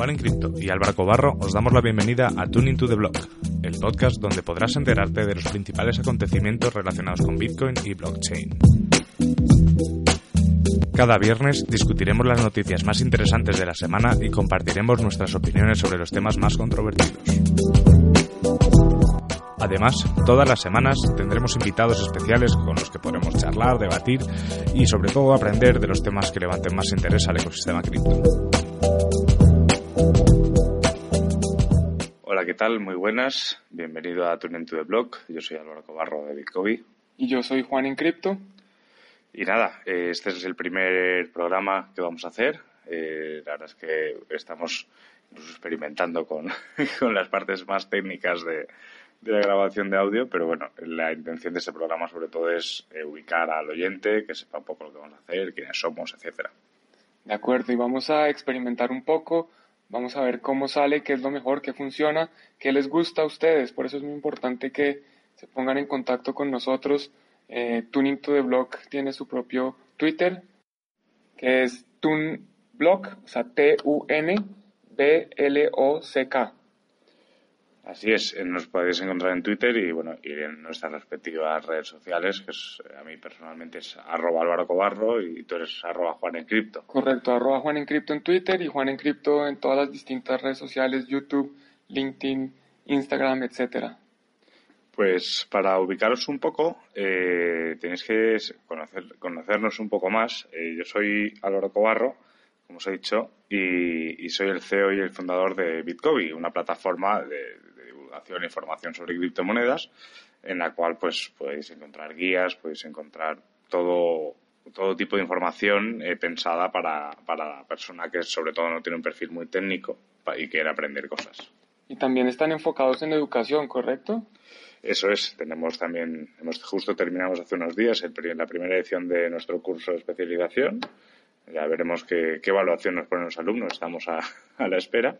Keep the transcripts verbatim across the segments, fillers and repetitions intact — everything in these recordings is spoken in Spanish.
Juan en Cripto y Álvaro Cobarro os damos la bienvenida a Tuning to the Block, el podcast donde podrás enterarte de los principales acontecimientos relacionados con Bitcoin y blockchain. Cada viernes discutiremos las noticias más interesantes de la semana y compartiremos nuestras opiniones sobre los temas más controvertidos. Además, todas las semanas tendremos invitados especiales con los que podremos charlar, debatir y sobre todo aprender de los temas que levanten más interés al ecosistema cripto. Hola, ¿qué tal? Muy buenas. Bienvenido a Tuning to the Block. Yo soy Álvaro Cobarro de Bitcoin. Y yo soy Juan en Cripto. Y nada, este es el primer programa que vamos a hacer. Eh, la verdad es que estamos incluso experimentando con, con las partes más técnicas de, de la grabación de audio, pero bueno, la intención de este programa sobre todo es eh, ubicar al oyente, que sepa un poco lo que vamos a hacer, quiénes somos, etcétera. De acuerdo, y vamos a experimentar un poco, vamos a ver cómo sale, qué es lo mejor, qué funciona, qué les gusta a ustedes. Por eso es muy importante que se pongan en contacto con nosotros. Eh, Tuning to the Block tiene su propio Twitter, que es TunBlock, o sea, T U N B L O C K. Así es, nos podéis encontrar en Twitter y bueno y en nuestras respectivas redes sociales, que es, a mí personalmente es arroba Álvaro Cobarro y tú eres arroba Juan en Cripto. Correcto, arroba Juan en Cripto en Twitter y Juan en Cripto en todas las distintas redes sociales, YouTube, LinkedIn, Instagram, etcétera. Pues para ubicaros un poco, eh, tenéis que conocer, conocernos un poco más. Eh, yo soy Álvaro Cobarro, como os he dicho, y, y soy el C E O y el fundador de Bitcoin, una plataforma de, de divulgación e información sobre criptomonedas, en la cual pues podéis encontrar guías, podéis encontrar todo, todo tipo de información eh, pensada para, para la persona que sobre todo no tiene un perfil muy técnico y quiere aprender cosas. Y también están enfocados en educación, ¿correcto? Eso es, tenemos también, hemos justo terminamos hace unos días el, la primera edición de nuestro curso de especialización. Ya veremos qué, qué evaluación nos ponen los alumnos, estamos a, a la espera.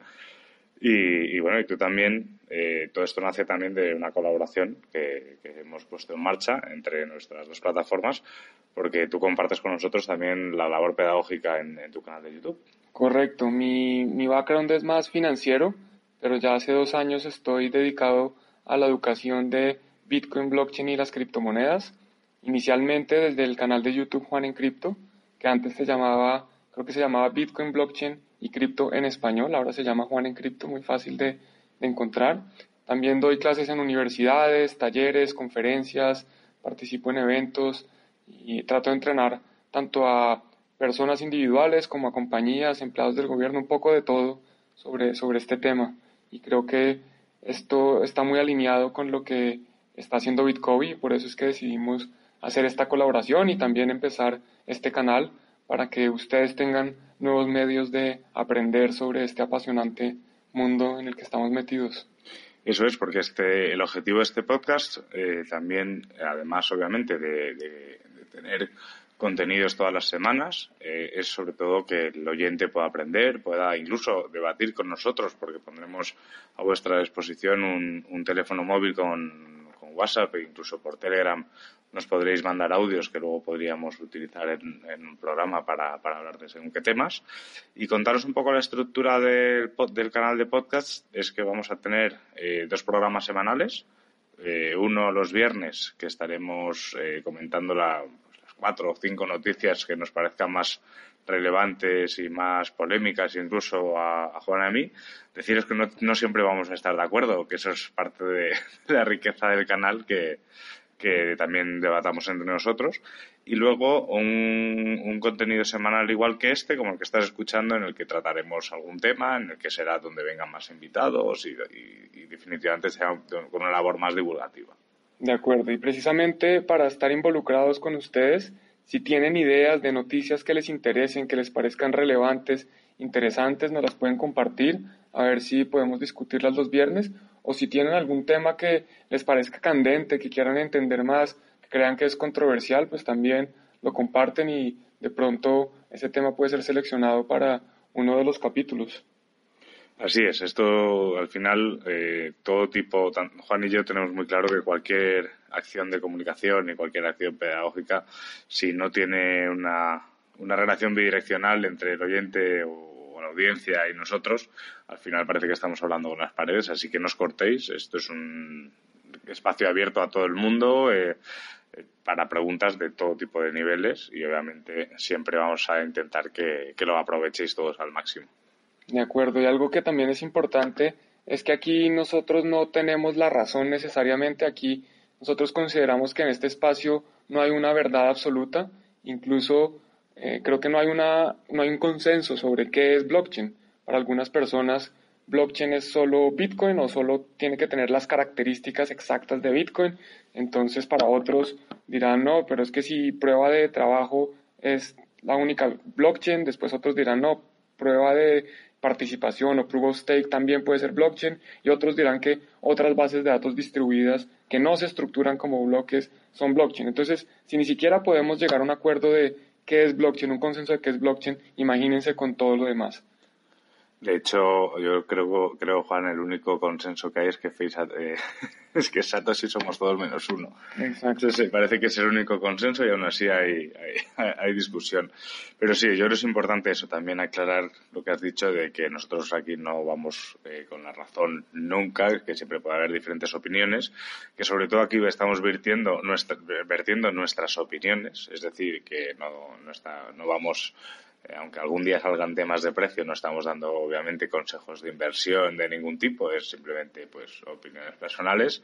Y, y bueno, y tú también, eh, todo esto nace también de una colaboración que, que hemos puesto en marcha entre nuestras dos plataformas, porque tú compartes con nosotros también la labor pedagógica en, en tu canal de YouTube. Correcto, mi, mi background es más financiero, pero ya hace dos años estoy dedicado a la educación de Bitcoin, blockchain y las criptomonedas. Inicialmente desde el canal de YouTube Juan en Cripto, que antes se llamaba, creo que se llamaba Bitcoin, blockchain y cripto en español, ahora se llama Juan en Cripto, muy fácil de, de encontrar. También doy clases en universidades, talleres, conferencias, participo en eventos y trato de entrenar tanto a personas individuales como a compañías, empleados del gobierno, un poco de todo sobre, sobre este tema. Y creo que esto está muy alineado con lo que está haciendo Bitcoin y por eso es que decidimos hacer esta colaboración y también empezar este canal para que ustedes tengan nuevos medios de aprender sobre este apasionante mundo en el que estamos metidos. Eso es, porque este, el objetivo de este podcast eh, también, además obviamente de, de, de tener contenidos todas las semanas, eh, es sobre todo que el oyente pueda aprender, pueda incluso debatir con nosotros, porque pondremos a vuestra disposición un, un teléfono móvil con, con WhatsApp e incluso por Telegram nos podréis mandar audios que luego podríamos utilizar en, en un programa para, para hablar de según qué temas. Y contaros un poco la estructura del, del canal de podcast es que vamos a tener eh, dos programas semanales, eh, uno los viernes que estaremos eh, comentando la cuatro o cinco noticias que nos parezcan más relevantes y más polémicas incluso a, a Juan y a mí. Deciros que no, no siempre vamos a estar de acuerdo, que eso es parte de, de la riqueza del canal, que, que también debatamos entre nosotros. Y luego un, un contenido semanal igual que este, como el que estás escuchando, en el que trataremos algún tema, en el que será donde vengan más invitados y, y, y definitivamente será con una labor más divulgativa. De acuerdo, y precisamente para estar involucrados con ustedes, si tienen ideas de noticias que les interesen, que les parezcan relevantes, interesantes, nos las pueden compartir, a ver si podemos discutirlas los viernes, o si tienen algún tema que les parezca candente, que quieran entender más, que crean que es controversial, pues también lo comparten y de pronto ese tema puede ser seleccionado para uno de los capítulos. Así es, esto al final, eh, todo tipo, Juan y yo tenemos muy claro que cualquier acción de comunicación y cualquier acción pedagógica, si no tiene una, una relación bidireccional entre el oyente o con la audiencia y nosotros, al final parece que estamos hablando con las paredes, así que no os cortéis. Esto es un espacio abierto a todo el mundo eh, para preguntas de todo tipo de niveles y obviamente siempre vamos a intentar que, que lo aprovechéis todos al máximo. De acuerdo, y algo que también es importante es que aquí nosotros no tenemos la razón necesariamente, aquí nosotros consideramos que en este espacio no hay una verdad absoluta, incluso eh, creo que no hay, una, no hay un consenso sobre qué es blockchain. Para algunas personas, blockchain es solo Bitcoin o solo tiene que tener las características exactas de Bitcoin, entonces para otros dirán, no, pero es que si prueba de trabajo es la única blockchain, después otros dirán, no, prueba de participación o proof of stake también puede ser blockchain, y otros dirán que otras bases de datos distribuidas que no se estructuran como bloques son blockchain. Entonces, si ni siquiera podemos llegar a un acuerdo de qué es blockchain, un consenso de qué es blockchain, imagínense con todo lo demás. De hecho, yo creo, creo Juan, el único consenso que hay es que Facebook, eh, es que Satoshi somos todos menos uno. Exacto. Entonces, parece que es el único consenso y aún así hay, hay, hay discusión. Pero sí, yo creo que es importante eso, también aclarar lo que has dicho de que nosotros aquí no vamos eh, con la razón nunca, que siempre puede haber diferentes opiniones, que sobre todo aquí estamos vertiendo, nuestra, vertiendo nuestras opiniones, es decir, que no, no, está, no vamos... aunque algún día salgan temas de precio, no estamos dando obviamente consejos de inversión de ningún tipo, es simplemente pues opiniones personales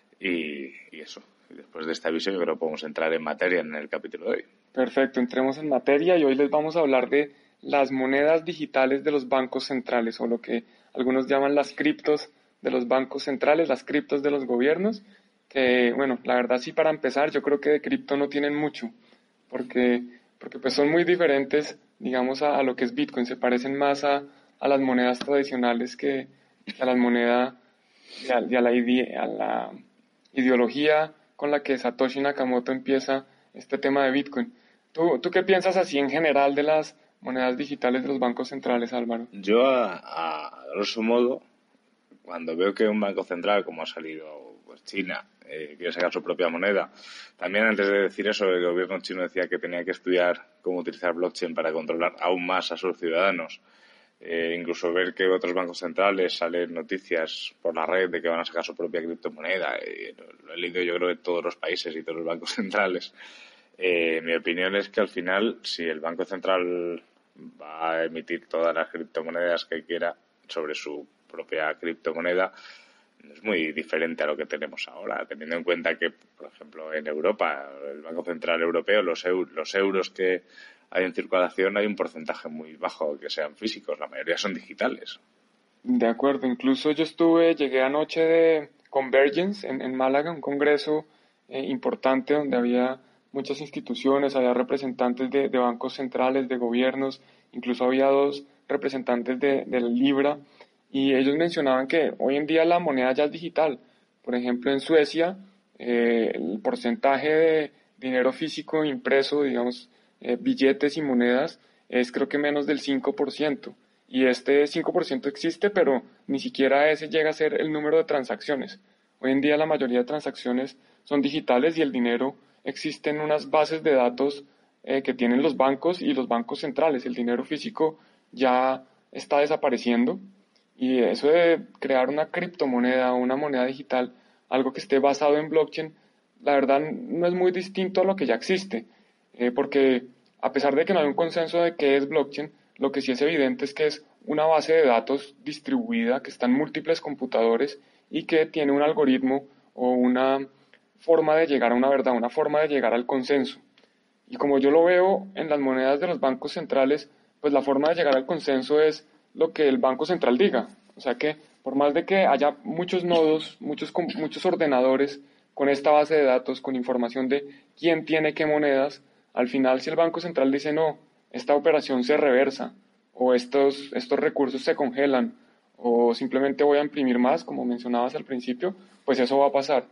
y, y eso. Y después de este aviso yo creo que podemos entrar en materia en el capítulo de hoy. Perfecto, entremos en materia y hoy les vamos a hablar de las monedas digitales de los bancos centrales, o lo que algunos llaman las criptos de los bancos centrales, las criptos de los gobiernos, que bueno, la verdad sí, para empezar yo creo que de cripto no tienen mucho, porque, porque pues son muy diferentes, digamos, a, a lo que es Bitcoin, se parecen más a, a las monedas tradicionales que, que a las monedas y a, y a, la ide, a la ideología con la que Satoshi Nakamoto empieza este tema de Bitcoin. ¿Tú, ¿Tú qué piensas así en general de las monedas digitales de los bancos centrales, Álvaro? Yo, a, a grosso modo, cuando veo que un banco central, como ha salido pues, China, eh, quiere sacar su propia moneda, también antes de decir eso, el gobierno chino decía que tenía que estudiar cómo utilizar blockchain para controlar aún más a sus ciudadanos. Eh, incluso ver que otros bancos centrales salen noticias por la red de que van a sacar su propia criptomoneda. Eh, lo, lo he leído yo creo en todos los países y todos los bancos centrales. Eh, mi opinión es que al final, si el Banco Central va a emitir todas las criptomonedas que quiera sobre su propia criptomoneda, es muy diferente a lo que tenemos ahora, teniendo en cuenta que, por ejemplo, en Europa, el Banco Central Europeo, los, eu- los euros que hay en circulación, hay un porcentaje muy bajo que sean físicos, la mayoría son digitales. De acuerdo, incluso yo estuve, llegué anoche de Convergence en, en Málaga, un congreso eh, importante donde había muchas instituciones, había representantes de, de bancos centrales, de gobiernos, incluso había dos representantes de, de la Libra, y ellos mencionaban que hoy en día la moneda ya es digital. Por ejemplo, en Suecia, eh, el porcentaje de dinero físico impreso, digamos, eh, billetes y monedas, es creo que menos del cinco por ciento. Y este cinco por ciento existe, pero ni siquiera ese llega a ser el número de transacciones. Hoy en día la mayoría de transacciones son digitales y el dinero existe en unas bases de datos eh, que tienen los bancos y los bancos centrales. El dinero físico ya está desapareciendo y eso de crear una criptomoneda o una moneda digital, algo que esté basado en blockchain, la verdad no es muy distinto a lo que ya existe, eh, porque a pesar de que no hay un consenso de qué es blockchain, lo que sí es evidente es que es una base de datos distribuida que está en múltiples computadores y que tiene un algoritmo o una forma de llegar a una verdad, una forma de llegar al consenso. Y como yo lo veo en las monedas de los bancos centrales, pues la forma de llegar al consenso es lo que el Banco Central diga. O sea que por más de que haya muchos nodos, muchos, muchos ordenadores con esta base de datos, con información de quién tiene qué monedas, al final si el Banco Central dice no, esta operación se reversa, o estos, estos recursos se congelan, o simplemente voy a imprimir más, como mencionabas al principio, pues eso va a pasar.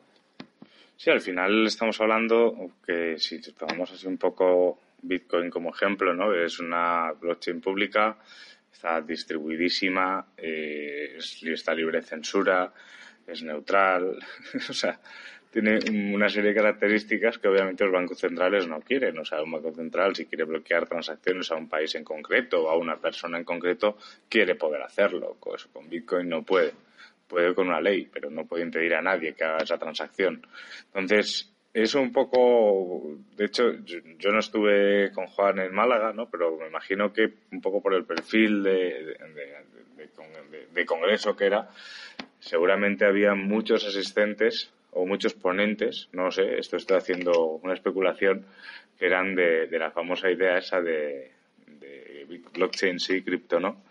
Sí, al final estamos hablando que si tomamos así un poco Bitcoin como ejemplo, ¿no? Es una blockchain pública, está distribuidísima, eh, es, está libre de censura, es neutral, o sea, tiene una serie de características que obviamente los bancos centrales no quieren. O sea, un banco central, si quiere bloquear transacciones a un país en concreto o a una persona en concreto, quiere poder hacerlo. Pues con Bitcoin no puede. Puede con una ley, pero no puede impedir a nadie que haga esa transacción. Entonces, eso un poco... De hecho, yo, yo no estuve con Juan en Málaga, ¿no? Pero me imagino que un poco por el perfil de, de, de, de, de congreso que era, seguramente había muchos asistentes o muchos ponentes, no sé, esto estoy haciendo una especulación, que eran de, de la famosa idea esa de, de blockchain sí, cripto no.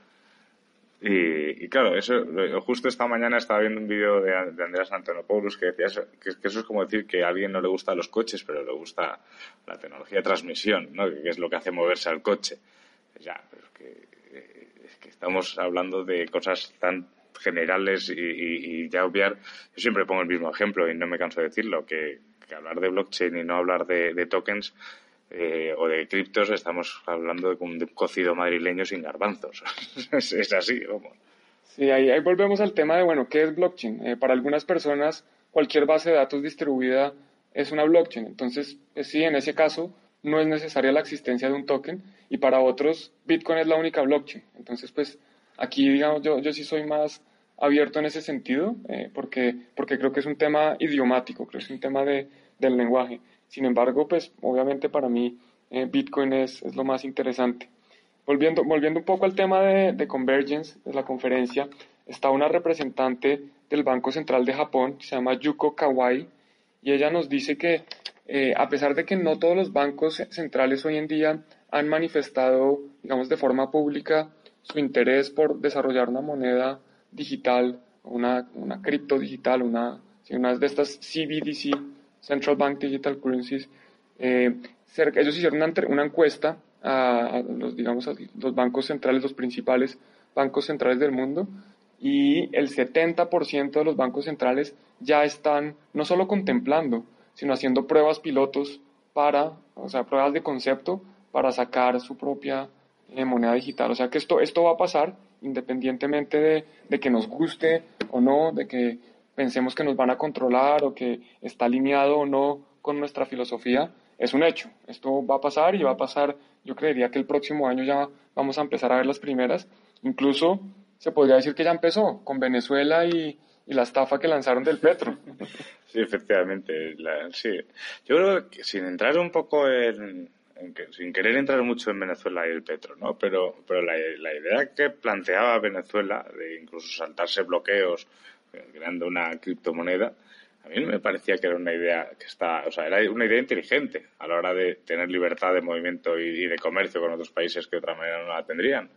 Y, y claro, eso justo esta mañana estaba viendo un vídeo de, de Andreas Antonopoulos que decía eso, que, que eso es como decir que a alguien no le gustan los coches, pero le gusta la tecnología de transmisión, ¿no? Que es lo que hace moverse al coche. Ya, pero es que, es que estamos hablando de cosas tan generales y, y, y ya obviar. Yo siempre pongo el mismo ejemplo y no me canso de decirlo, que, que hablar de blockchain y no hablar de, de tokens eh, o de criptos, estamos hablando de un, de un cocido madrileño sin garbanzos. es, es así, vamos. Sí, ahí, ahí volvemos al tema de, bueno, ¿qué es blockchain? Eh, para algunas personas, cualquier base de datos distribuida es una blockchain. Entonces, pues sí, en ese caso, no es necesaria la existencia de un token. Y para otros, Bitcoin es la única blockchain. Entonces, pues, aquí, digamos, yo, yo sí soy más abierto en ese sentido, eh, porque, porque creo que es un tema idiomático, creo que es un tema de, del lenguaje. Sin embargo, pues, obviamente para mí, eh, Bitcoin es, es lo más interesante. Volviendo, volviendo un poco al tema de, de Convergence, de la conferencia, está una representante del Banco Central de Japón, que se llama Yuko Kawai, y ella nos dice que eh, a pesar de que no todos los bancos centrales hoy en día han manifestado, digamos, de forma pública su interés por desarrollar una moneda digital, una, una cripto digital, una, una de estas C B D C, Central Bank Digital Currencies, eh, cerca, ellos hicieron una, una encuesta a, a los, digamos, a los bancos centrales, los principales bancos centrales del mundo, y el setenta por ciento de los bancos centrales ya están no solo contemplando, sino haciendo pruebas pilotos para, o sea, pruebas de concepto para sacar su propia eh, moneda digital. O sea que esto, esto va a pasar independientemente de, de que nos guste o no, de que pensemos que nos van a controlar o que está alineado o no con nuestra filosofía. Es un hecho, esto va a pasar y va a pasar, yo creería que el próximo año ya vamos a empezar a ver las primeras, incluso se podría decir que ya empezó con Venezuela y, y la estafa que lanzaron del petro. Sí, efectivamente, la, sí. Yo creo que sin entrar un poco en, en que, sin querer entrar mucho en Venezuela y el petro, ¿no? Pero, pero la, la idea que planteaba Venezuela de incluso saltarse bloqueos creando una criptomoneda, a mí me parecía que era una idea que está, o sea, era una idea inteligente a la hora de tener libertad de movimiento y, y de comercio con otros países que de otra manera no la tendrían.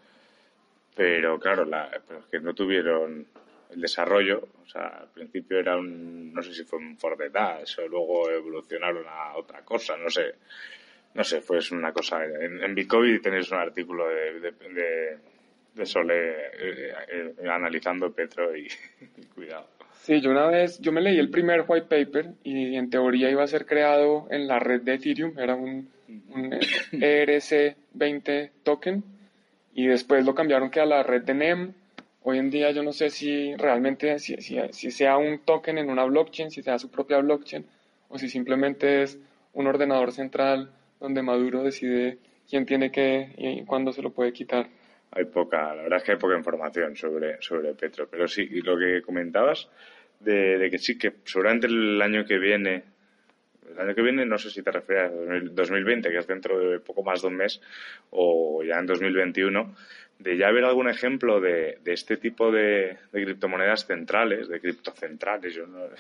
Pero claro, la, pero es que no tuvieron el desarrollo, o sea, al principio era un, no sé si fue un Ford de Dash o luego evolucionaron a otra cosa, no sé, no sé, fue una cosa. En, en Bitcoin tenéis un artículo de, de, de, de Sole eh, eh, analizando Petro y, y cuidado. Sí, yo una vez, yo me leí el primer white paper y en teoría iba a ser creado en la red de Ethereum, era un, un E R C veinte token y después lo cambiaron que a la red de N E M. Hoy en día yo no sé si realmente, si, si, si sea un token en una blockchain, si sea su propia blockchain o si simplemente es un ordenador central donde Maduro decide quién tiene que y cuándo se lo puede quitar. Hay poca, la verdad es que hay poca información sobre, sobre Petro, pero sí, y lo que comentabas de, de que sí, que seguramente el año que viene, el año que viene no sé si te refieres a dos mil veinte, que es dentro de poco más de un mes, o ya en dos mil veintiuno, de ya ver algún ejemplo de, de este tipo de, de criptomonedas centrales, de criptocentrales. Yo, no,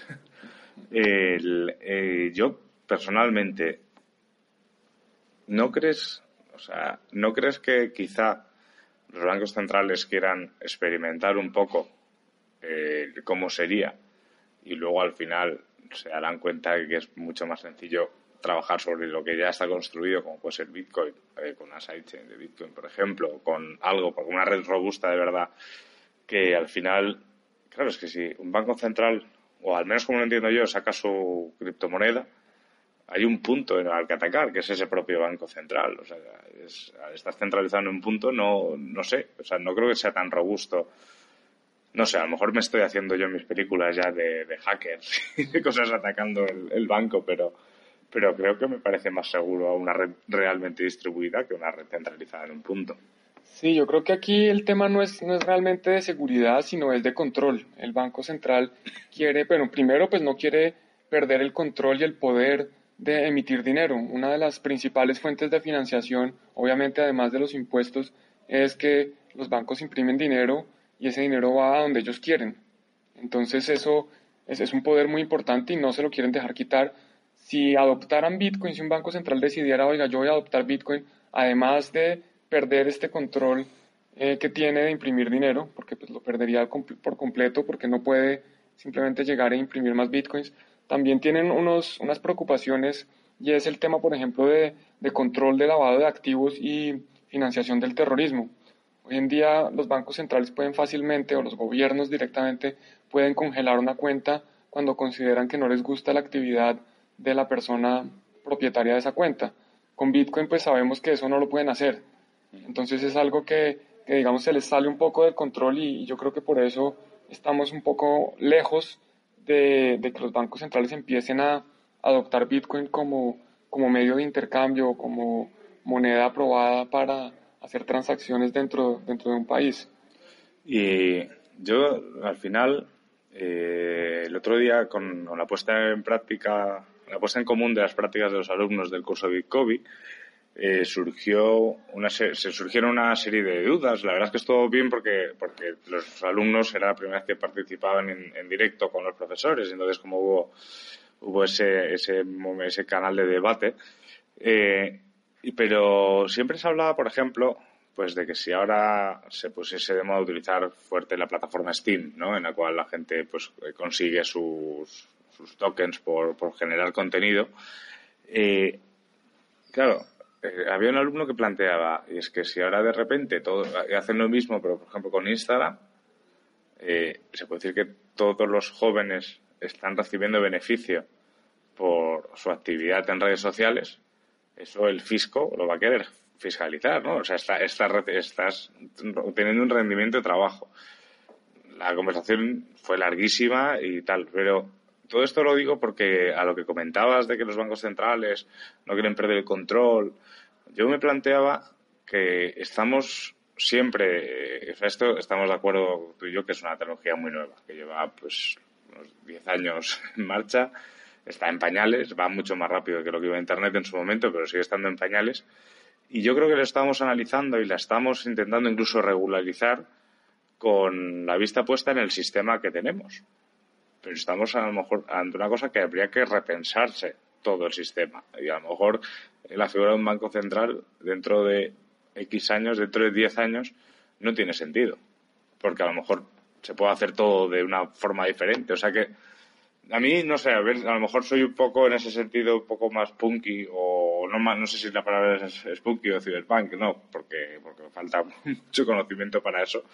el, eh, yo personalmente, ¿no crees, o sea, no crees que quizá los bancos centrales quieran experimentar un poco eh, cómo sería y luego al final se darán cuenta de que es mucho más sencillo trabajar sobre lo que ya está construido, como puede ser Bitcoin, eh, con una sidechain de Bitcoin, por ejemplo, con algo, con una red robusta de verdad, que al final, claro, es que si un banco central, o al menos como lo entiendo yo, saca su criptomoneda, hay un punto en el que atacar, que es ese propio banco central. O sea, es, al estar centralizado en un punto, no, no sé, o sea, no creo que sea tan robusto no sé, a lo mejor me estoy haciendo yo mis películas ya de, de hackers y de cosas atacando el, el banco, pero, pero creo que me parece más seguro una red realmente distribuida que una red centralizada en un punto. Sí, yo creo que aquí el tema no es, no es realmente de seguridad, sino es de control. El Banco Central quiere, bueno, primero pues no quiere perder el control y el poder de emitir dinero. Una de las principales fuentes de financiación, obviamente además de los impuestos, es que los bancos imprimen dinero y ese dinero va a donde ellos quieren. Entonces eso es, es un poder muy importante y no se lo quieren dejar quitar. Si adoptaran Bitcoin, si un banco central decidiera, oiga, yo voy a adoptar Bitcoin, además de perder este control eh, que tiene de imprimir dinero, porque pues, lo perdería por completo, porque no puede simplemente llegar e imprimir más Bitcoins, también tienen unos, unas preocupaciones y es el tema, por ejemplo, de, de control de lavado de activos y financiación del terrorismo. Hoy en día los bancos centrales pueden fácilmente, o los gobiernos directamente, pueden congelar una cuenta cuando consideran que no les gusta la actividad de la persona propietaria de esa cuenta. Con Bitcoin pues sabemos que eso no lo pueden hacer. Entonces es algo que, que digamos se les sale un poco del control y, y yo creo que por eso estamos un poco lejos de, de que los bancos centrales empiecen a adoptar Bitcoin como, como medio de intercambio, como moneda aprobada para hacer transacciones dentro, dentro de un país. Y yo, al final, eh, el otro día, con, con la puesta en práctica, la puesta en común de las prácticas de los alumnos del curso Bitcoin, eh, surgió una se, se surgieron una serie de dudas. La verdad es que estuvo bien porque, porque los alumnos era la primera vez que participaban en, en directo con los profesores, entonces como hubo, hubo ese, ese, ese canal de debate. Eh, y, pero siempre se hablaba, por ejemplo, pues de que si ahora se pusiese de moda utilizar fuerte la plataforma Steam, ¿no? En la cual la gente pues consigue sus, sus tokens por, por generar contenido. Eh, claro, eh, había un alumno que planteaba, y es que si ahora de repente todos hacen lo mismo, pero por ejemplo con Instagram, eh, se puede decir que todos los jóvenes están recibiendo beneficio por su actividad en redes sociales, eso el fisco lo va a querer fiscalizar, ¿no? O sea, está, está, estás obteniendo un rendimiento de trabajo. La conversación fue larguísima y tal, pero todo esto lo digo porque a lo que comentabas de que los bancos centrales no quieren perder el control, yo me planteaba que estamos siempre, o sea, esto estamos de acuerdo tú y yo que es una tecnología muy nueva, que lleva pues unos diez años en marcha, está en pañales, va mucho más rápido que lo que iba a Internet en su momento, pero sigue estando en pañales. Y yo creo que lo estamos analizando y la estamos intentando incluso regularizar con la vista puesta en el sistema que tenemos. Pero estamos a lo mejor ante una cosa que habría que repensarse todo el sistema. Y a lo mejor la figura de un banco central dentro de X años, dentro de diez años, no tiene sentido. Porque a lo mejor se puede hacer todo de una forma diferente. O sea que a mí, no sé, a ver, a lo mejor soy un poco en ese sentido un poco más punky o no más, no sé si la palabra es, es punky o cyberpunk, no, porque, porque me falta mucho conocimiento para eso.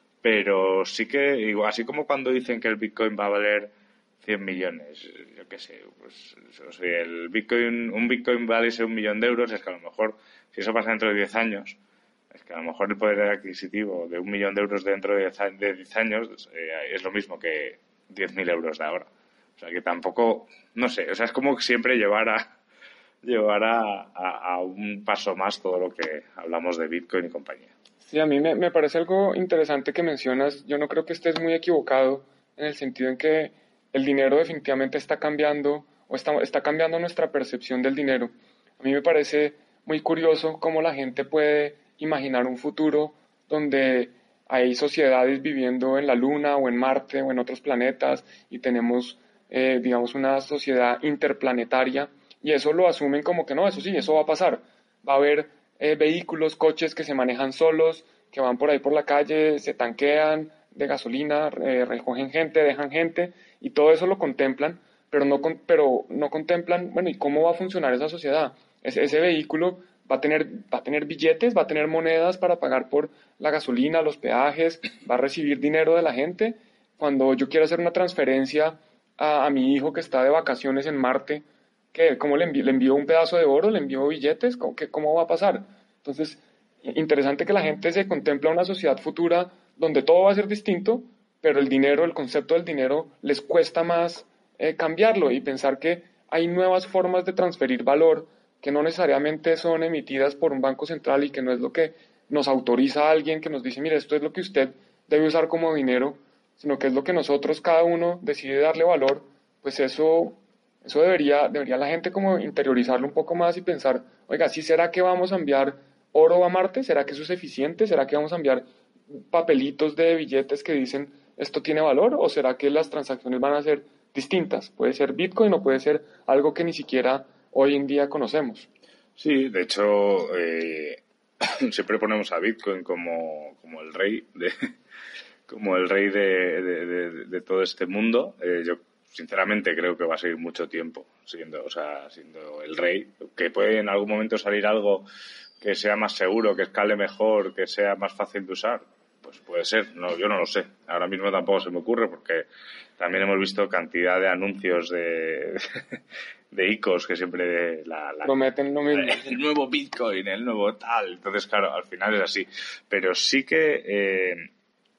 Pero sí que, así como cuando dicen que el Bitcoin va a valer cien millones, yo qué sé, pues o sea, el Bitcoin, un Bitcoin vale un millón de euros, es que a lo mejor, si eso pasa dentro de diez años, es que a lo mejor el poder adquisitivo de un millón de euros dentro de diez años eh, es lo mismo que diez mil euros de ahora. O sea que tampoco, no sé, o sea, es como siempre llevar a llevar a, a, a un paso más todo lo que hablamos de Bitcoin y compañía. Sí, a mí me, me parece algo interesante que mencionas. Yo no creo que estés muy equivocado en el sentido en que el dinero definitivamente está cambiando o está, está cambiando nuestra percepción del dinero. A mí me parece muy curioso cómo la gente puede imaginar un futuro donde hay sociedades viviendo en la Luna o en Marte o en otros planetas y tenemos, eh, digamos, una sociedad interplanetaria y eso lo asumen como que no, eso sí, eso va a pasar. Va a haber eh, vehículos, coches que se manejan solos, que van por ahí por la calle, se tanquean de gasolina, eh, recogen gente, dejan gente y todo eso lo contemplan, pero no, con, pero no contemplan, bueno, ¿y cómo va a funcionar esa sociedad? Ese, ese vehículo va a tener, va a tener billetes, va a tener monedas para pagar por la gasolina, los peajes, va a recibir dinero de la gente. Cuando yo quiero hacer una transferencia a, a mi hijo que está de vacaciones en Marte, ¿qué? ¿Cómo le envío? ¿Le envío un pedazo de oro? ¿Le envío billetes? ¿Cómo, qué, cómo va a pasar? Entonces, interesante que la gente se contempla una sociedad futura donde todo va a ser distinto, pero el dinero, el concepto del dinero, les cuesta más eh, cambiarlo y pensar que hay nuevas formas de transferir valor que no necesariamente son emitidas por un banco central y que no es lo que nos autoriza a alguien que nos dice, mire, esto es lo que usted debe usar como dinero, sino que es lo que nosotros, cada uno, decide darle valor, pues eso, eso debería, debería la gente como interiorizarlo un poco más y pensar, oiga, ¿sí será que vamos a enviar oro a Marte? ¿Será que eso es eficiente? ¿Será que vamos a enviar papelitos de billetes que dicen esto tiene valor? ¿O será que las transacciones van a ser distintas? Puede ser Bitcoin o puede ser algo que ni siquiera hoy en día conocemos. Sí, de hecho, eh, siempre ponemos a Bitcoin como, como el rey de como el rey de, de, de, de todo este mundo. Eh, yo sinceramente creo que va a seguir mucho tiempo siendo, o sea, siendo el rey. Que puede en algún momento salir algo que sea más seguro, que escale mejor, que sea más fácil de usar. Pues puede ser, no, yo no lo sé. Ahora mismo tampoco se me ocurre porque también hemos visto cantidad de anuncios de, de I C Os que siempre la, la, Prometen lo mismo. el nuevo Bitcoin, el nuevo tal. Entonces, claro, al final es así. Pero sí que eh,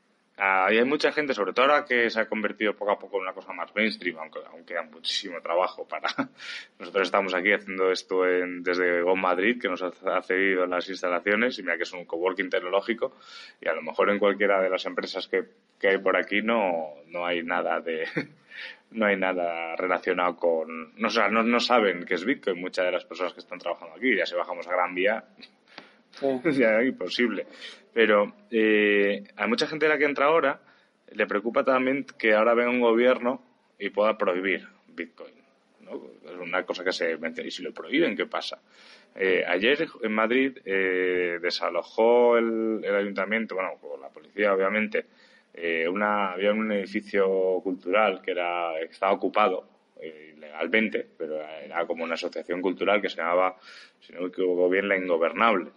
hay mucha gente, sobre todo ahora que se ha convertido poco a poco en una cosa más mainstream, aunque aún queda muchísimo trabajo para... Nosotros estamos aquí haciendo esto en, desde Go Madrid, que nos ha cedido las instalaciones, y mira que es un coworking tecnológico, y a lo mejor en cualquiera de las empresas que, que hay por aquí no, no hay nada de... no hay nada relacionado con... No, o sea, no, no saben qué es Bitcoin muchas de las personas que están trabajando aquí. Ya si bajamos a Gran Vía, Sí. ya imposible. Pero eh, a mucha gente de la que entra ahora le preocupa también que ahora venga un gobierno y pueda prohibir Bitcoin, ¿no? Es una cosa que se menciona. ¿Y si lo prohíben, qué pasa? Eh, ayer en Madrid eh, desalojó el, el ayuntamiento, bueno, con la policía obviamente, eh, una, había un edificio cultural que era que estaba ocupado eh, ilegalmente, pero era como una asociación cultural que se llamaba, si no me equivoco bien, La Ingobernable.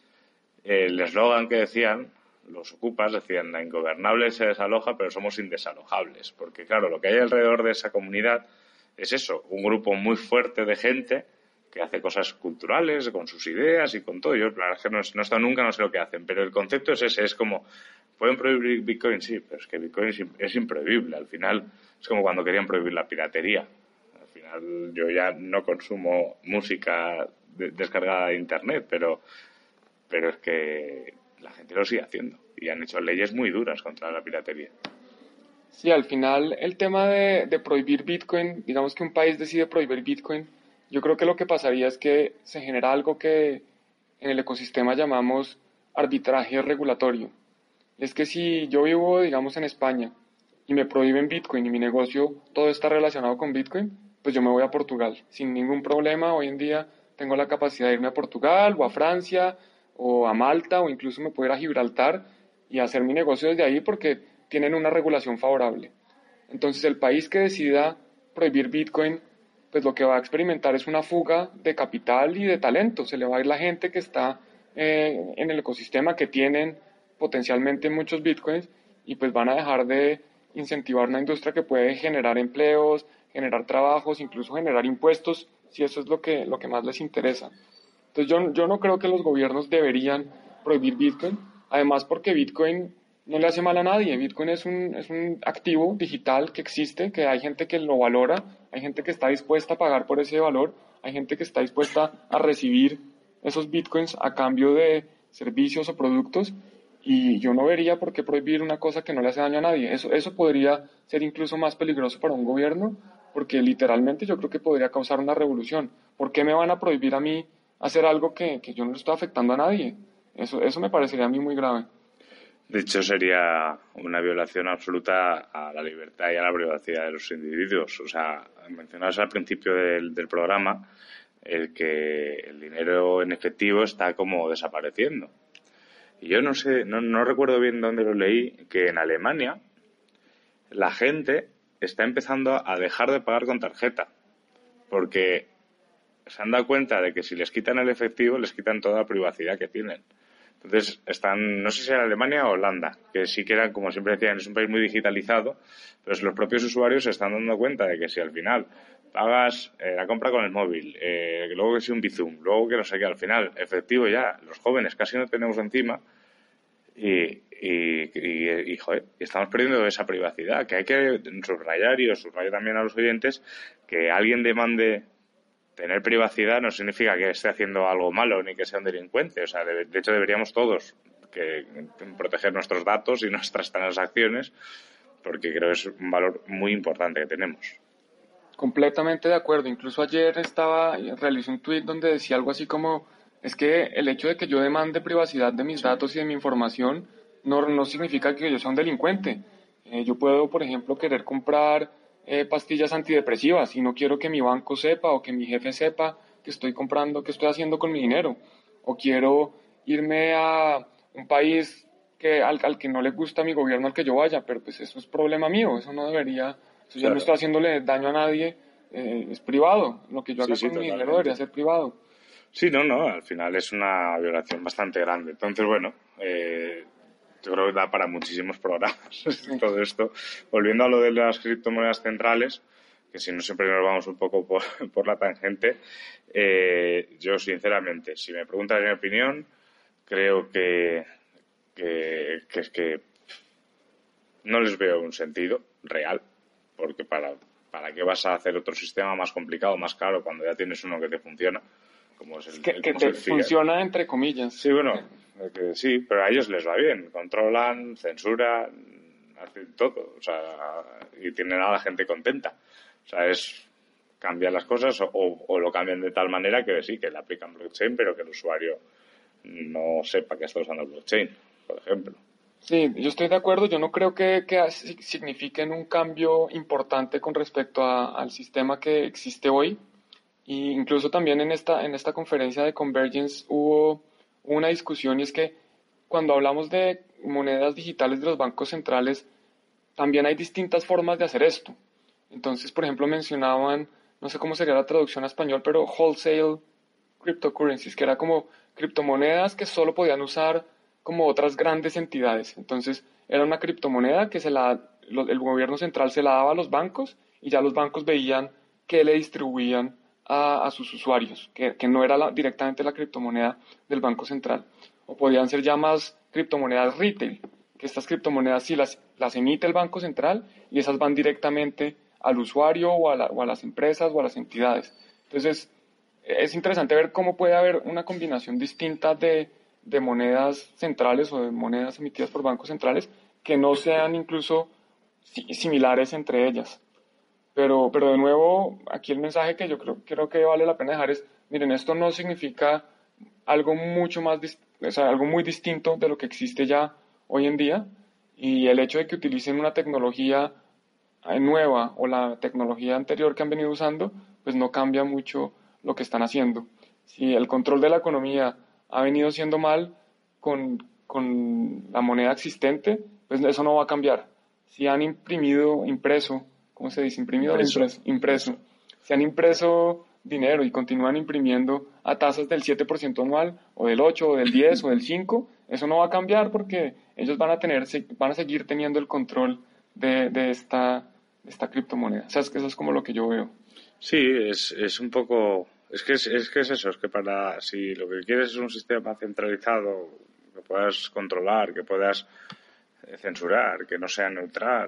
El eslogan que decían los ocupas, decían, la ingobernable se desaloja, pero somos indesalojables. Porque, claro, lo que hay alrededor de esa comunidad es eso, un grupo muy fuerte de gente que hace cosas culturales, con sus ideas y con todo. Yo, la verdad es que no, no he estado nunca, no sé lo que hacen, pero el concepto es ese, es como, ¿pueden prohibir Bitcoin? Sí, pero es que Bitcoin es, es improhibible. Al final, es como cuando querían prohibir la piratería. Al final, yo ya no consumo música de, descargada de Internet, pero pero es que la gente lo sigue haciendo y han hecho leyes muy duras contra la piratería. Sí, al final el tema de, de prohibir Bitcoin, digamos que un país decide prohibir Bitcoin, yo creo que lo que pasaría es que se genera algo que en el ecosistema llamamos arbitraje regulatorio. Es que si yo vivo, digamos, en España y me prohíben Bitcoin y mi negocio todo está relacionado con Bitcoin, pues yo me voy a Portugal sin ningún problema. Hoy en día tengo la capacidad de irme a Portugal o a Francia o a Malta o incluso me puedo ir a Gibraltar y hacer mi negocio desde ahí porque tienen una regulación favorable. Entonces el país que decida prohibir Bitcoin, pues lo que va a experimentar es una fuga de capital y de talento. Se le va a ir la gente que está eh, en el ecosistema, que tienen potencialmente muchos Bitcoins y pues van a dejar de incentivar una industria que puede generar empleos, generar trabajos, incluso generar impuestos, si eso es lo que, lo que más les interesa. Entonces yo, yo no creo que los gobiernos deberían prohibir Bitcoin, además porque Bitcoin no le hace mal a nadie. Bitcoin es un, es un activo digital que existe, que hay gente que lo valora, hay gente que está dispuesta a pagar por ese valor, hay gente que está dispuesta a recibir esos Bitcoins a cambio de servicios o productos y yo no vería por qué prohibir una cosa que no le hace daño a nadie. Eso, eso podría ser incluso más peligroso para un gobierno porque literalmente yo creo que podría causar una revolución. ¿Por qué me van a prohibir a mí hacer algo que, que yo no le estoy afectando a nadie? Eso, eso me parecería a mí muy grave. De hecho, sería una violación absoluta a la libertad y a la privacidad de los individuos. O sea, mencionabas al principio del, del programa el que el dinero en efectivo está como desapareciendo. Y yo no sé, no, no recuerdo bien dónde lo leí, que en Alemania la gente está empezando a dejar de pagar con tarjeta. Porque se han dado cuenta de que si les quitan el efectivo, les quitan toda la privacidad que tienen. Entonces, están, no sé si era Alemania o Holanda, que sí que eran, como siempre decían, es un país muy digitalizado, pero si los propios usuarios se están dando cuenta de que si al final pagas eh, la compra con el móvil, eh, luego que si un Bizum, luego que no sé qué, al final, efectivo ya, los jóvenes casi no tenemos encima, Y, y, y, y, joder, y estamos perdiendo esa privacidad, que hay que subrayar, y os subrayo también a los oyentes, que alguien demande tener privacidad no significa que esté haciendo algo malo ni que sea un delincuente. O sea, de, de hecho deberíamos todos que, que proteger nuestros datos y nuestras transacciones, porque creo que es un valor muy importante que tenemos. Completamente de acuerdo. Incluso ayer estaba, realicé un tweet donde decía algo así como, es que el hecho de que yo demande privacidad de mis datos y de mi información no, no significa que yo sea un delincuente. Eh, yo puedo, por ejemplo, querer comprar eh, pastillas antidepresivas y no quiero que mi banco sepa o que mi jefe sepa que estoy comprando, que estoy haciendo con mi dinero. O quiero irme a un país que, al, al que no le gusta mi gobierno al que yo vaya, pero pues eso es problema mío, eso no debería, eso ya no Claro. estoy haciéndole daño a nadie, eh, es privado, lo que yo Sí, haga sí, con mi dinero totalmente. debería ser privado. Sí, no, no, al final es una violación bastante grande. Entonces, bueno, eh, yo creo que da para muchísimos programas Sí. todo esto. Volviendo a lo de las criptomonedas centrales, que si no siempre nos vamos un poco por, por la tangente, eh, yo sinceramente, si me preguntas mi opinión, creo que, que, que es que no les veo un sentido real, porque para, ¿para qué vas a hacer otro sistema más complicado, más caro, cuando ya tienes uno que te funciona, como es Es el, que, el, que como es te el fiat? funciona entre comillas. Sí, bueno, que sí, pero a ellos les va bien. Controlan, censuran, hacen todo. O sea, y tienen a la gente contenta. O sea, es cambiar las cosas o, o lo cambian de tal manera que sí, que le aplican blockchain, pero que el usuario no sepa que está usando blockchain, por ejemplo. Sí, yo estoy de acuerdo. Yo no creo que, que si- signifiquen un cambio importante con respecto a- al sistema que existe hoy. Y incluso también en esta, en esta conferencia de Convergence hubo una discusión y es que cuando hablamos de monedas digitales de los bancos centrales, también hay distintas formas de hacer esto. Entonces, por ejemplo, mencionaban, no sé cómo sería la traducción a español, pero wholesale cryptocurrencies, que era como criptomonedas que solo podían usar como otras grandes entidades. Entonces, era una criptomoneda que se la, lo- el gobierno central se la daba a los bancos y ya los bancos veían que le distribuían a, a sus usuarios, que, que no era la- directamente la criptomoneda del Banco Central. O podían ser ya más criptomonedas retail, que estas criptomonedas sí las, las emite el Banco Central y esas van directamente al usuario o a, la- o a las empresas o a las entidades. Entonces, es interesante ver cómo puede haber una combinación distinta de, de monedas centrales o de monedas emitidas por bancos centrales que no sean incluso si- similares entre ellas. Pero, pero de nuevo, aquí el mensaje que yo creo, creo que vale la pena dejar es, miren, esto no significa algo mucho más, dis- o sea, algo muy distinto de lo que existe ya hoy en día. Y el hecho de que utilicen una tecnología eh, nueva o la tecnología anterior que han venido usando, pues no cambia mucho lo que están haciendo. Si el control de la economía ha venido siendo mal con, con la moneda existente, pues eso no va a cambiar. Si han imprimido, impreso, ¿cómo se dice? Imprimido o Impreso, impreso, impreso. impreso. Si han impreso dinero y continúan imprimiendo a tasas del siete por ciento anual, o del ocho, o del diez, o del cinco, eso no va a cambiar porque ellos van a tener, van a seguir teniendo el control de, de esta, de esta criptomoneda. O sea, es que eso es como lo que yo veo. Sí, es, es un poco. Es que es, es que es eso, es que para. Si lo que quieres es un sistema centralizado, que puedas controlar, que puedas eh, censurar, que no sea neutral,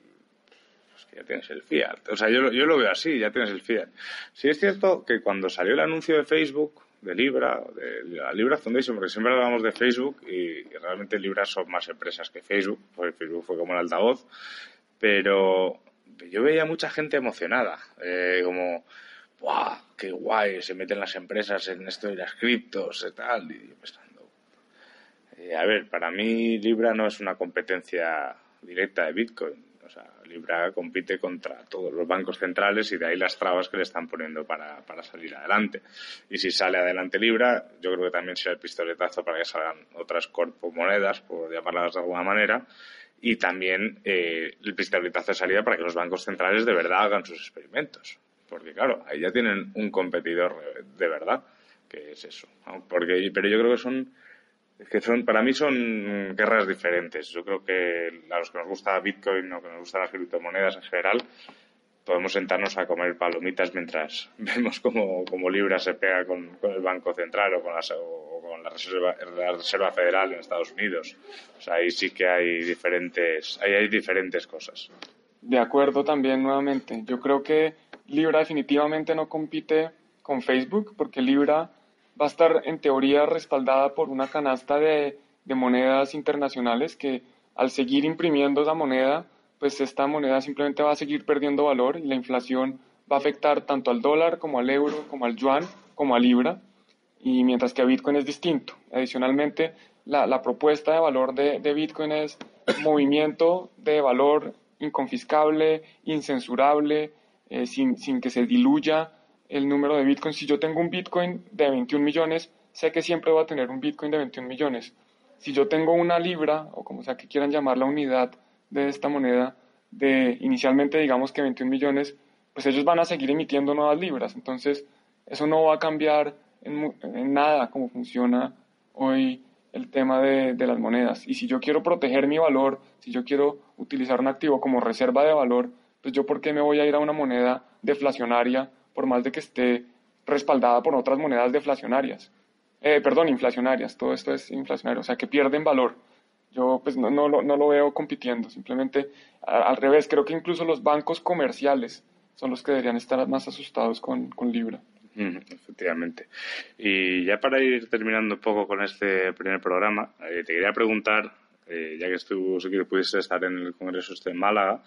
pues que ya tienes el fiat. O sea, yo, lo- yo lo veo así, ya tienes el fiat. Sí es cierto que cuando salió el anuncio de Facebook, de Libra, de la Libra Foundation, porque siempre hablamos de Facebook y, y realmente Libra son más empresas que Facebook, porque Facebook fue como el altavoz, pero yo veía mucha gente emocionada, eh, como, ¡buah! ¡Qué guay! Se meten las empresas en esto de las criptos y tal. Y yo pensando, eh, a ver, para mí Libra no es una competencia directa de Bitcoin. O sea, Libra compite contra todos los bancos centrales y de ahí las trabas que le están poniendo para, para salir adelante. Y si sale adelante Libra, yo creo que también será el pistoletazo para que salgan otras corpomonedas, por llamarlas de alguna manera, y también eh, el pistoletazo de salida para que los bancos centrales de verdad hagan sus experimentos. Porque claro, ahí ya tienen un competidor de verdad, que es eso. ¿No? Porque, pero yo creo que son que son, para mí son guerras diferentes. Yo creo que a los que nos gusta Bitcoin o que nos gustan las criptomonedas en general, podemos sentarnos a comer palomitas mientras vemos cómo, cómo Libra se pega con, con el Banco Central o con, las, o con la Reserva, la Reserva Federal en Estados Unidos. O sea, ahí sí que hay diferentes, ahí hay diferentes cosas. De acuerdo también nuevamente. Yo creo que Libra definitivamente no compite con Facebook porque Libra va a estar en teoría respaldada por una canasta de, de monedas internacionales que al seguir imprimiendo esa moneda, pues esta moneda simplemente va a seguir perdiendo valor y la inflación va a afectar tanto al dólar como al euro, como al yuan, como a Libra, y mientras que a Bitcoin es distinto. Adicionalmente, la, la propuesta de valor de, de Bitcoin es movimiento de valor inconfiscable, incensurable, eh, sin, sin que se diluya el número de Bitcoin. Si yo tengo un Bitcoin de veintiún millones, sé que siempre voy a tener un Bitcoin de veintiún millones. Si yo tengo una libra, o como sea que quieran llamar la unidad de esta moneda, de inicialmente digamos que veintiún millones, pues ellos van a seguir emitiendo nuevas libras. Entonces, eso no va a cambiar en, en nada cómo funciona hoy el tema de, de las monedas. Y si yo quiero proteger mi valor, si yo quiero utilizar un activo como reserva de valor, pues yo por qué me voy a ir a una moneda deflacionaria por más de que esté respaldada por otras monedas deflacionarias. Eh, perdón, inflacionarias, todo esto es inflacionario, o sea que pierden valor. Yo pues no, no, lo, no lo veo compitiendo, simplemente a, al revés, creo que incluso los bancos comerciales son los que deberían estar más asustados con, con Libra. Mm, efectivamente. Y ya para ir terminando un poco con este primer programa, eh, te quería preguntar, eh, ya que tú sí que pudiste estar en el Congreso este en Málaga,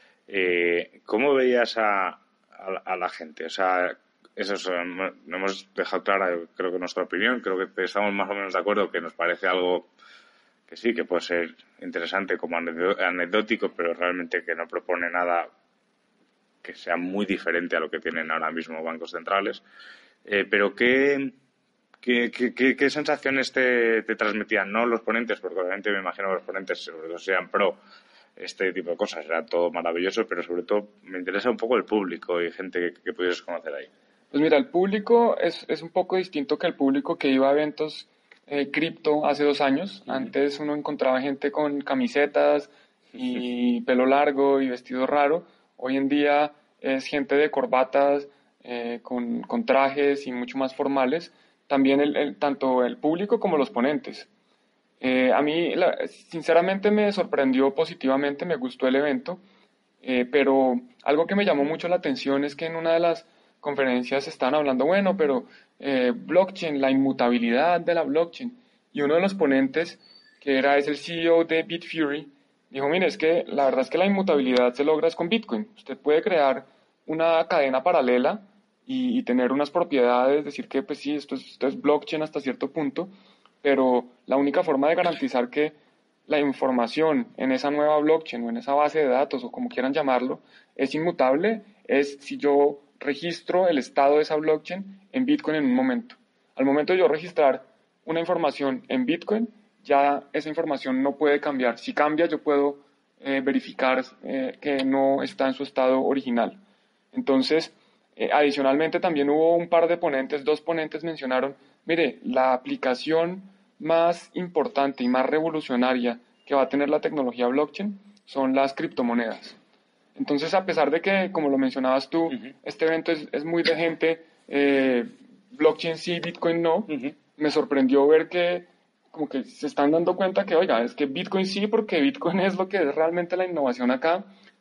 eh, ¿cómo veías a, a, a la gente? O sea, eso es, no hemos dejado clara, creo que nuestra opinión, creo que estamos más o menos de acuerdo, que nos parece algo que sí, que puede ser interesante como anecdótico, pero realmente que no propone nada que sea muy diferente a lo que tienen ahora mismo bancos centrales. Eh, pero ¿qué, qué, qué, qué sensaciones te, te transmitían? No los ponentes, porque obviamente me imagino que los ponentes, sobre todo sean pro este tipo de cosas, era todo maravilloso, pero sobre todo me interesa un poco el público y gente que, que pudieras conocer ahí. Pues mira, el público es, es un poco distinto que el público que iba a eventos eh, cripto hace dos años. Uh-huh. Antes uno encontraba gente con camisetas y pelo largo y vestido raro. Hoy en día es gente de corbatas, eh, con, con trajes y mucho más formales. También el, el, tanto el público como los ponentes. Eh, a mí, la, sinceramente, me sorprendió positivamente, me gustó el evento, eh, pero algo que me llamó mucho la atención es que en una de las conferencias estaban hablando, bueno, pero eh, blockchain, la inmutabilidad de la blockchain. Y uno de los ponentes, que era es el C E O de Bitfury, dijo, mire, es que la verdad es que la inmutabilidad se logra es con Bitcoin. Usted puede crear una cadena paralela y, y tener unas propiedades, decir que pues sí, esto es, esto es blockchain hasta cierto punto, pero la única forma de garantizar que la información en esa nueva blockchain o en esa base de datos o como quieran llamarlo es inmutable es si yo registro el estado de esa blockchain en Bitcoin en un momento. Al momento de yo registrar una información en Bitcoin, ya esa información no puede cambiar. Si cambia, yo puedo eh, verificar eh, que no está en su estado original. Entonces, eh, adicionalmente también hubo un par de ponentes, dos ponentes mencionaron, mire, la aplicación más importante y más revolucionaria que va a tener la tecnología blockchain son las criptomonedas. Entonces, a pesar de que, como lo mencionabas tú, uh-huh. este evento es, es muy de gente, eh, blockchain sí, Bitcoin no, uh-huh. me sorprendió ver que como que se están dando cuenta que, oiga, es que Bitcoin sí, porque Bitcoin es lo que es realmente la innovación acá,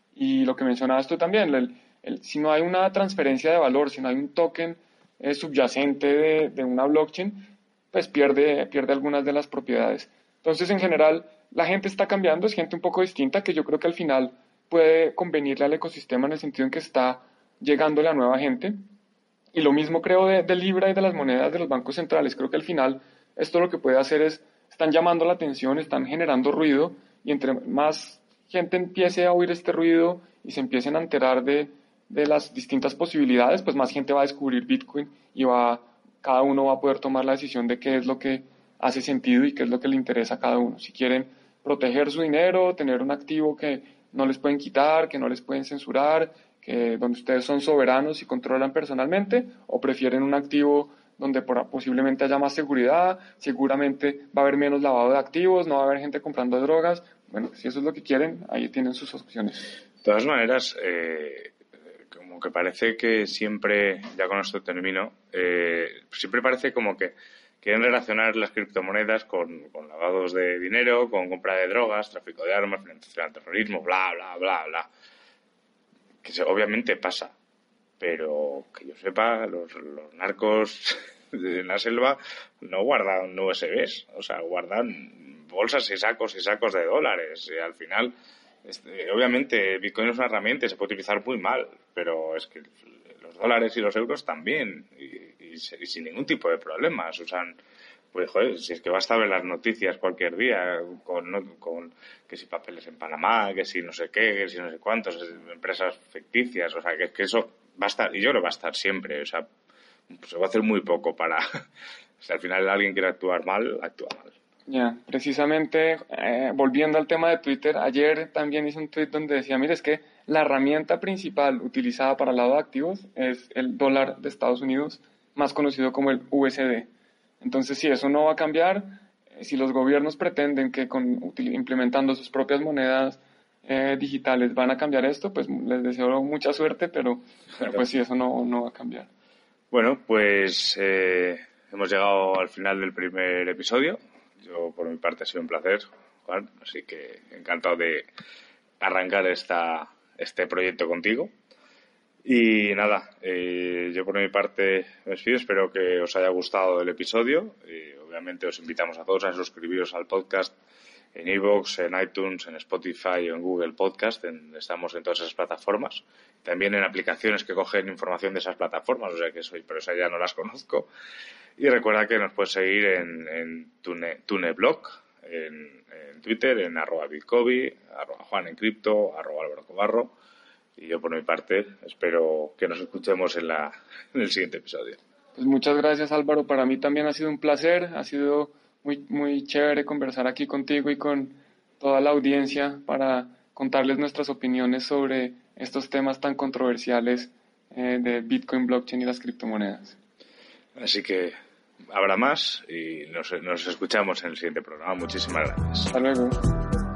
y lo que mencionabas tú también, el, el, si no hay una transferencia de valor, si no hay un token eh, subyacente de, de una blockchain, pues pierde, pierde algunas de las propiedades. Entonces, en general, la gente está cambiando, es gente un poco distinta que yo creo que al final puede convenirle al ecosistema en el sentido en que está llegando la nueva gente. Y lo mismo creo de, de Libra y de las monedas de los bancos centrales. Creo que al final esto lo que puede hacer es, están llamando la atención, están generando ruido, y entre más gente empiece a oír este ruido y se empiecen a enterar de, de las distintas posibilidades, pues más gente va a descubrir Bitcoin y va, cada uno va a poder tomar la decisión de qué es lo que hace sentido y qué es lo que le interesa a cada uno. Si quieren proteger su dinero, tener un activo que no les pueden quitar, que no les pueden censurar, que donde ustedes son soberanos y controlan personalmente, o prefieren un activo donde por, posiblemente haya más seguridad, seguramente va a haber menos lavado de activos, no va a haber gente comprando drogas. Bueno, si eso es lo que quieren, ahí tienen sus opciones. De todas maneras, eh, como que parece que siempre, ya con esto termino, eh, siempre parece como que, quieren relacionar las criptomonedas con, con lavados de dinero, con compra de drogas, tráfico de armas, financiación al terrorismo, bla, bla, bla, bla. Que se, obviamente pasa, pero que yo sepa, los, los narcos en la selva no guardan U S Bs, o sea, guardan bolsas y sacos y sacos de dólares, y al final, este, obviamente, Bitcoin es una herramienta y se puede utilizar muy mal, pero es que los dólares y los euros también, y, y, y sin ningún tipo de problemas, usan, pues joder, si es que basta ver las noticias cualquier día con, ¿no? con que si papeles en Panamá, que si no sé qué, que si no sé cuántos, empresas ficticias, o sea, que, que eso va a estar, y yo creo que va a estar siempre, o sea, pues se va a hacer muy poco para, si al final alguien quiere actuar mal, actúa mal. Ya, yeah, precisamente, eh, volviendo al tema de Twitter, ayer también hice un tweet donde decía, mire, es que la herramienta principal utilizada para el lado de activos es el dólar de Estados Unidos, más conocido como el U S D. Entonces, si eso no va a cambiar, eh, si los gobiernos pretenden que con, implementando sus propias monedas eh, digitales van a cambiar esto, pues les deseo mucha suerte, pero, pero pues sí, eso no, no va a cambiar. Bueno, pues eh, hemos llegado al final del primer episodio. Yo, por mi parte, ha sido un placer, Juan, así que encantado de arrancar esta, este proyecto contigo. Y nada, eh, yo por mi parte me despido, espero que os haya gustado el episodio. Y obviamente os invitamos a todos a suscribiros al podcast en iVoox, en iTunes, en Spotify o en Google Podcast. En, estamos en todas esas plataformas. También en aplicaciones que cogen información de esas plataformas, o sea que soy, pero esas ya no las conozco. Y recuerda que nos puedes seguir en, en Tune, TuneBlog, en, en Twitter, en arroba bitcobi, arroba Juan en cripto, arroba Álvaro Cobarro. Y yo, por mi parte, espero que nos escuchemos en, la, en el siguiente episodio. Pues muchas gracias, Álvaro. Para mí también ha sido un placer. Ha sido muy, muy chévere conversar aquí contigo y con toda la audiencia para contarles nuestras opiniones sobre estos temas tan controversiales eh, de Bitcoin, blockchain y las criptomonedas. Así que habrá más y nos, nos escuchamos en el siguiente programa. Muchísimas gracias. Hasta luego.